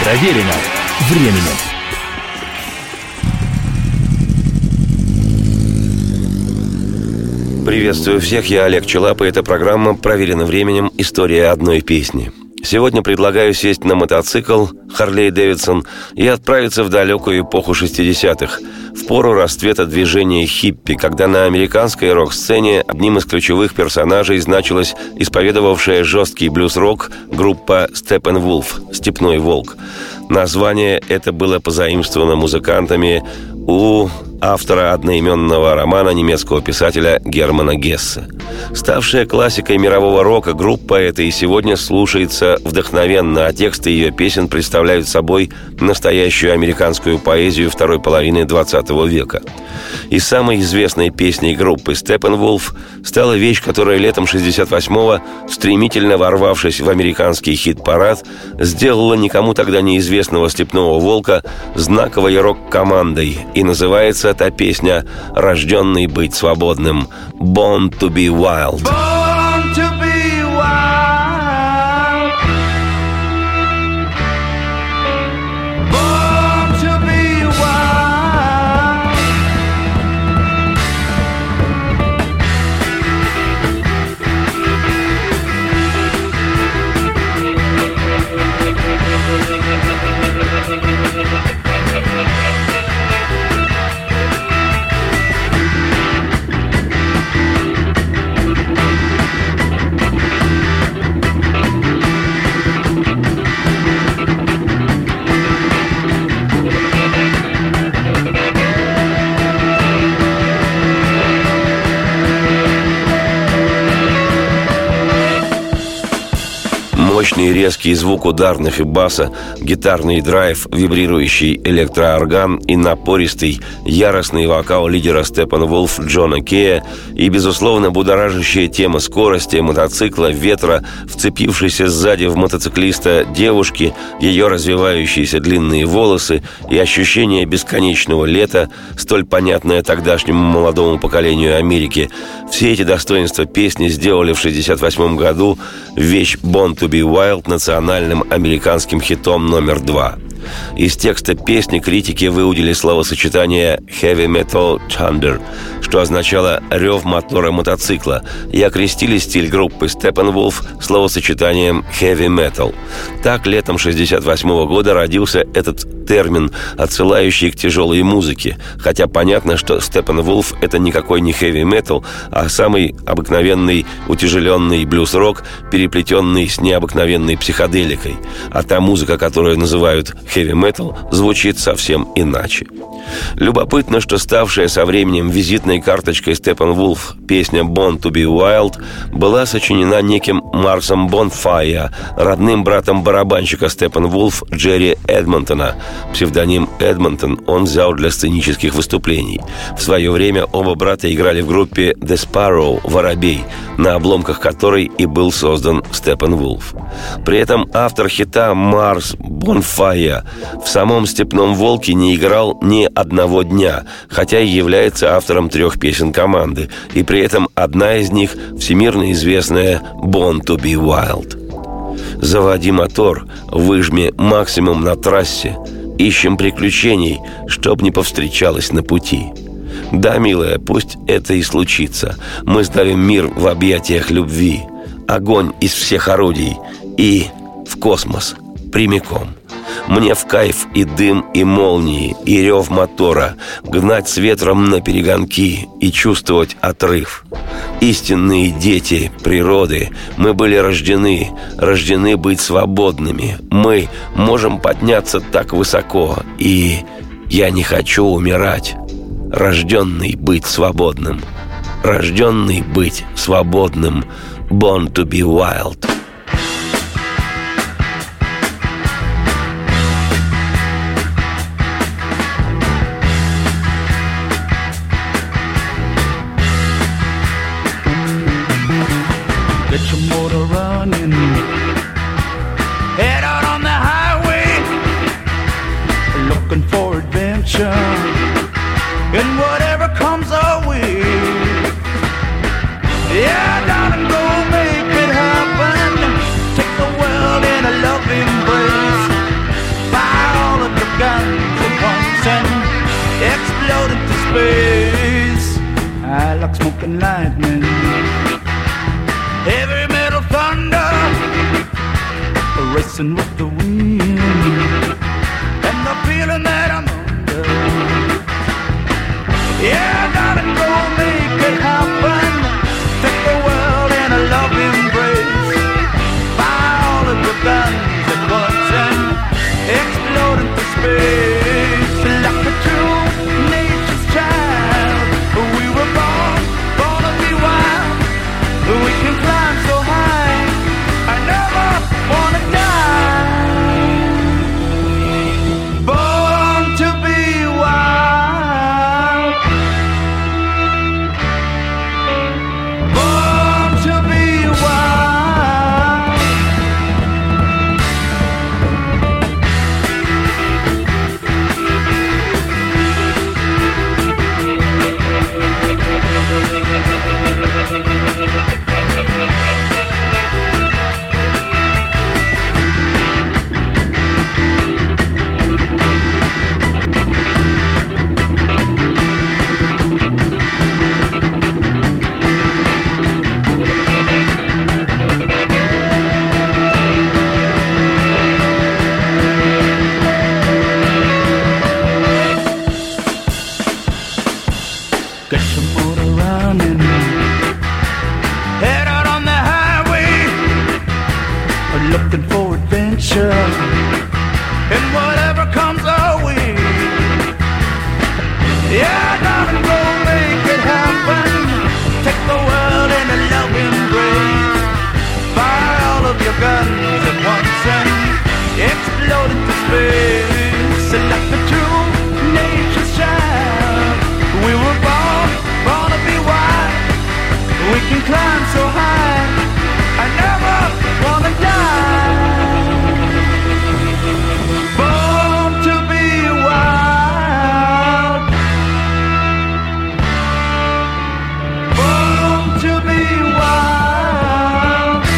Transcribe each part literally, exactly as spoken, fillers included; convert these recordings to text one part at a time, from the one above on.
Проверено временем. Приветствую всех, я Олег Челап, и эта программа «Проверено временем. История одной песни». Сегодня предлагаю сесть на мотоцикл Харлей Дэвидсон и отправиться в далекую эпоху шестидесятых, в пору расцвета движения хиппи, когда на американской рок-сцене одним из ключевых персонажей значилась исповедовавшая жесткий блюз-рок группа Steppenwolf «Степной волк». Название это было позаимствовано музыкантами у автора одноименного романа немецкого писателя Германа Гессе. Ставшая классикой мирового рока, группа эта и сегодня слушается вдохновенно, а тексты ее песен представляют собой настоящую американскую поэзию второй половины двадцатого века. И самой известной песней группы Steppenwolf стала вещь, которая летом шестьдесят восьмого, стремительно ворвавшись в американский хит-парад, сделала никому тогда неизвестного «Степного волка» знаковой рок-командой, и называется эта песня «Рожденный быть свободным» «Born to be wild». Born to be wild. Born to be wild. Мощный резкий звук ударных и баса, гитарный драйв, вибрирующий электроорган и напористый, яростный вокал лидера Steppenwolf Джона Кея и, безусловно, будоражащая тема скорости, мотоцикла, ветра, вцепившейся сзади в мотоциклиста девушки, ее развивающиеся длинные волосы и ощущение бесконечного лета, столь понятное тогдашнему молодому поколению Америки. Все эти достоинства песни сделали в шестьдесят восьмом году вещь «Born to be Wild» национальным американским хитом номер два. Из текста песни критики выудили словосочетание «heavy metal thunder», что означало «рев мотора мотоцикла», и окрестили стиль группы Steppenwolf словосочетанием «heavy metal». Так, летом шестьдесят восьмого года родился этот термин, отсылающий к тяжелой музыке, хотя понятно, что Steppenwolf — это никакой не heavy metal, а самый обыкновенный утяжеленный блюз-рок, переплетенный с необыкновенной психоделикой, а та музыка, которую называют хэви-метал, звучит совсем иначе. Любопытно, что ставшая со временем визитной карточкой Steppenwolf песня «Born to be Wild» была сочинена неким Марсом Бонфайя, родным братом барабанщика Steppenwolf Джерри Эдмонтона. Псевдоним Эдмонтон он взял для сценических выступлений. В свое время оба брата играли в группе The Sparrow «Воробей», на обломках которой и был создан Steppenwolf. При этом автор хита Марс Бонфайя в самом «Степном волке» не играл ни одного дня, хотя и является автором трех песен команды, и при этом одна из них всемирно известная «Born to be Wild». Заводи мотор, выжми максимум на трассе, ищем приключений, чтоб не повстречалось на пути. Да, милая, пусть это и случится, мы сдавим мир в объятиях любви, огонь из всех орудий и в космос прямиком. Мне в кайф и дым, и молнии, и рев мотора, гнать с ветром на перегонки и чувствовать отрыв. Истинные дети природы, мы были рождены, рождены быть свободными. Мы можем подняться так высоко, и я не хочу умирать. Рожденный быть свободным, рожденный быть свободным, born to be wild. Get your motor running, head out on the highway, looking for adventure, and whatever comes our way. Yeah, darling, go make it happen. Take the world in a love embrace. racing with the wind, and the feeling that I'm under. Yeah, darling, go make it happen. Take the world in a love embrace. Fire all of your guns at once and explode into space. Like a true nature's child, we were born, born to be wild. We can climb so high, I never wanna die. Born to be wild, born to be wild. Get your motor running, head out on the highway, looking for adventure, and whatever comes our way. Yeah, darling, go make it happen. Take the world in a love embrace. Fire all of your guns at once and explode into space. Like the true nature's child, we were born, born to be wild. We can climb so high, I never wanna die. Born to be wild, born to be wild.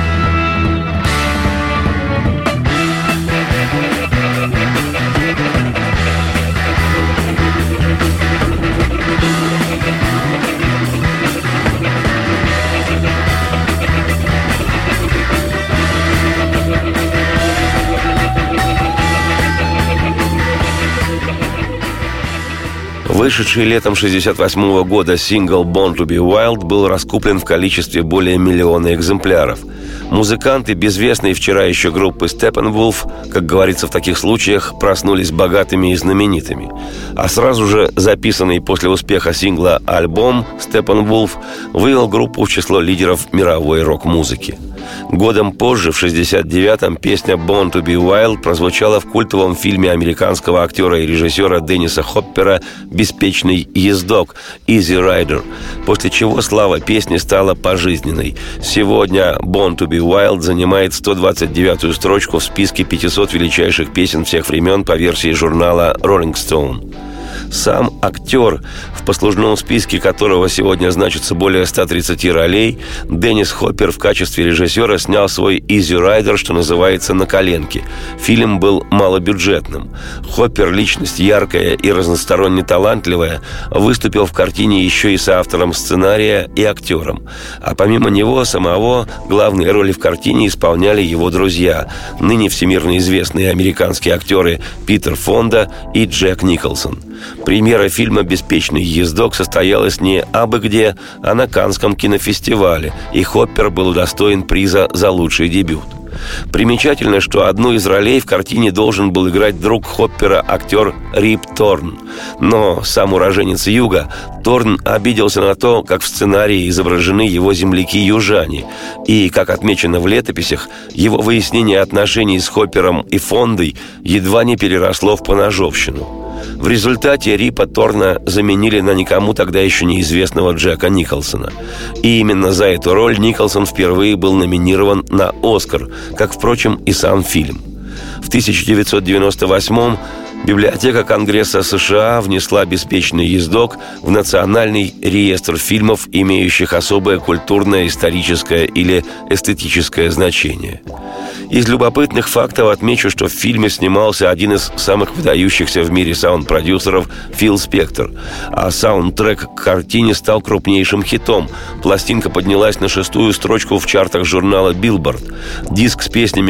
Вышедший летом шестьдесят восьмого года сингл «Born to be Wild» был раскуплен в количестве более миллиона экземпляров. Музыканты безвестной вчера еще группы Steppenwolf, как говорится в таких случаях, проснулись богатыми и знаменитыми. А сразу же записанный после успеха сингла альбом Steppenwolf вывел группу в число лидеров мировой рок-музыки. Годом позже, в шестьдесят девятом, песня «Born to be Wild» прозвучала в культовом фильме американского актера и режиссера Денниса Хоппера «Беспечный ездок» «Easy Rider», после чего слава песни стала пожизненной. Сегодня «Born to be Wild» занимает сто двадцать девятую строчку в списке пятисот величайших песен всех времен по версии журнала Rolling Stone. Сам актер, в послужном списке которого сегодня значится более ста тридцати ролей, Деннис Хоппер в качестве режиссера снял свой «Easy Rider», что называется, на коленке. Фильм был малобюджетным. Хоппер, личность яркая и разносторонне талантливая, выступил в картине еще и соавтором сценария и актером. А помимо него самого, главные роли в картине исполняли его друзья, ныне всемирно известные американские актеры Питер Фонда и Джек Николсон. Премьера фильма «Беспечный ездок» состоялась не абы где, а на Каннском кинофестивале, и Хоппер был удостоен приза за лучший дебют. Примечательно, что одну из ролей в картине должен был играть друг Хоппера, актер Рип Торн. Но сам уроженец Юга, Торн обиделся на то, как в сценарии изображены его земляки-южане. И, как отмечено в летописях, его выяснение отношений с Хоппером и Фондой едва не переросло в поножовщину. В результате Рипа Торна заменили на никому тогда еще неизвестного Джека Николсона. И именно за эту роль Николсон впервые был номинирован на «Оскар», как, впрочем, и сам фильм. В тысяча девятьсот девяносто восьмом Библиотека Конгресса США внесла «Беспечный ездок» в Национальный реестр фильмов, имеющих особое культурное, историческое или эстетическое значение. Из любопытных фактов отмечу, что в фильме снимался один из самых выдающихся в мире саунд-продюсеров Фил Спектор, а саундтрек к картине стал крупнейшим хитом. Пластинка поднялась на шестую строчку в чартах журнала Billboard. Диск с песнями групп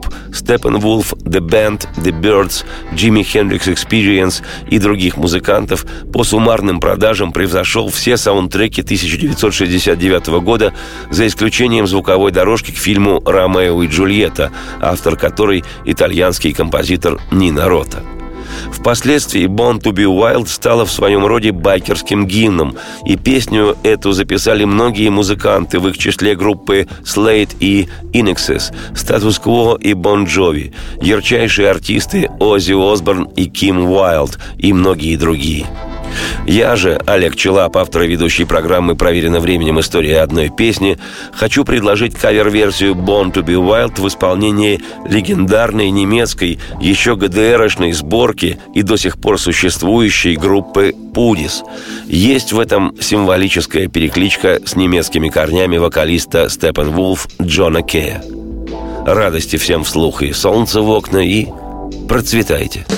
Steppenwolf, The Band, The Byrds, Jimi Hendrix Experience и других музыкантов по суммарным продажам превзошел все саундтреки тысяча девятьсот шестьдесят девятого года, за исключением звуковой дорожки к фильму «Ромео и Джульетта», автор которой итальянский композитор Нино Рота. Впоследствии «Born to be Wild» стала в своем роде байкерским гимном, и песню эту записали многие музыканты, в их числе группы Slade и In Excess, Status Quo и Bon Jovi, ярчайшие артисты Оззи Осборн и Ким Уайлд и многие другие. Я же, Олег Челап, автор и ведущий программы «Проверено временем. История одной песни», хочу предложить кавер-версию «Born to be Wild» в исполнении легендарной немецкой, еще ГДРшной сборки и до сих пор существующей группы «Пудис». Есть в этом символическая перекличка с немецкими корнями вокалиста Steppenwolf Джона Кея. Радости всем вслух и солнца в окна, и процветайте!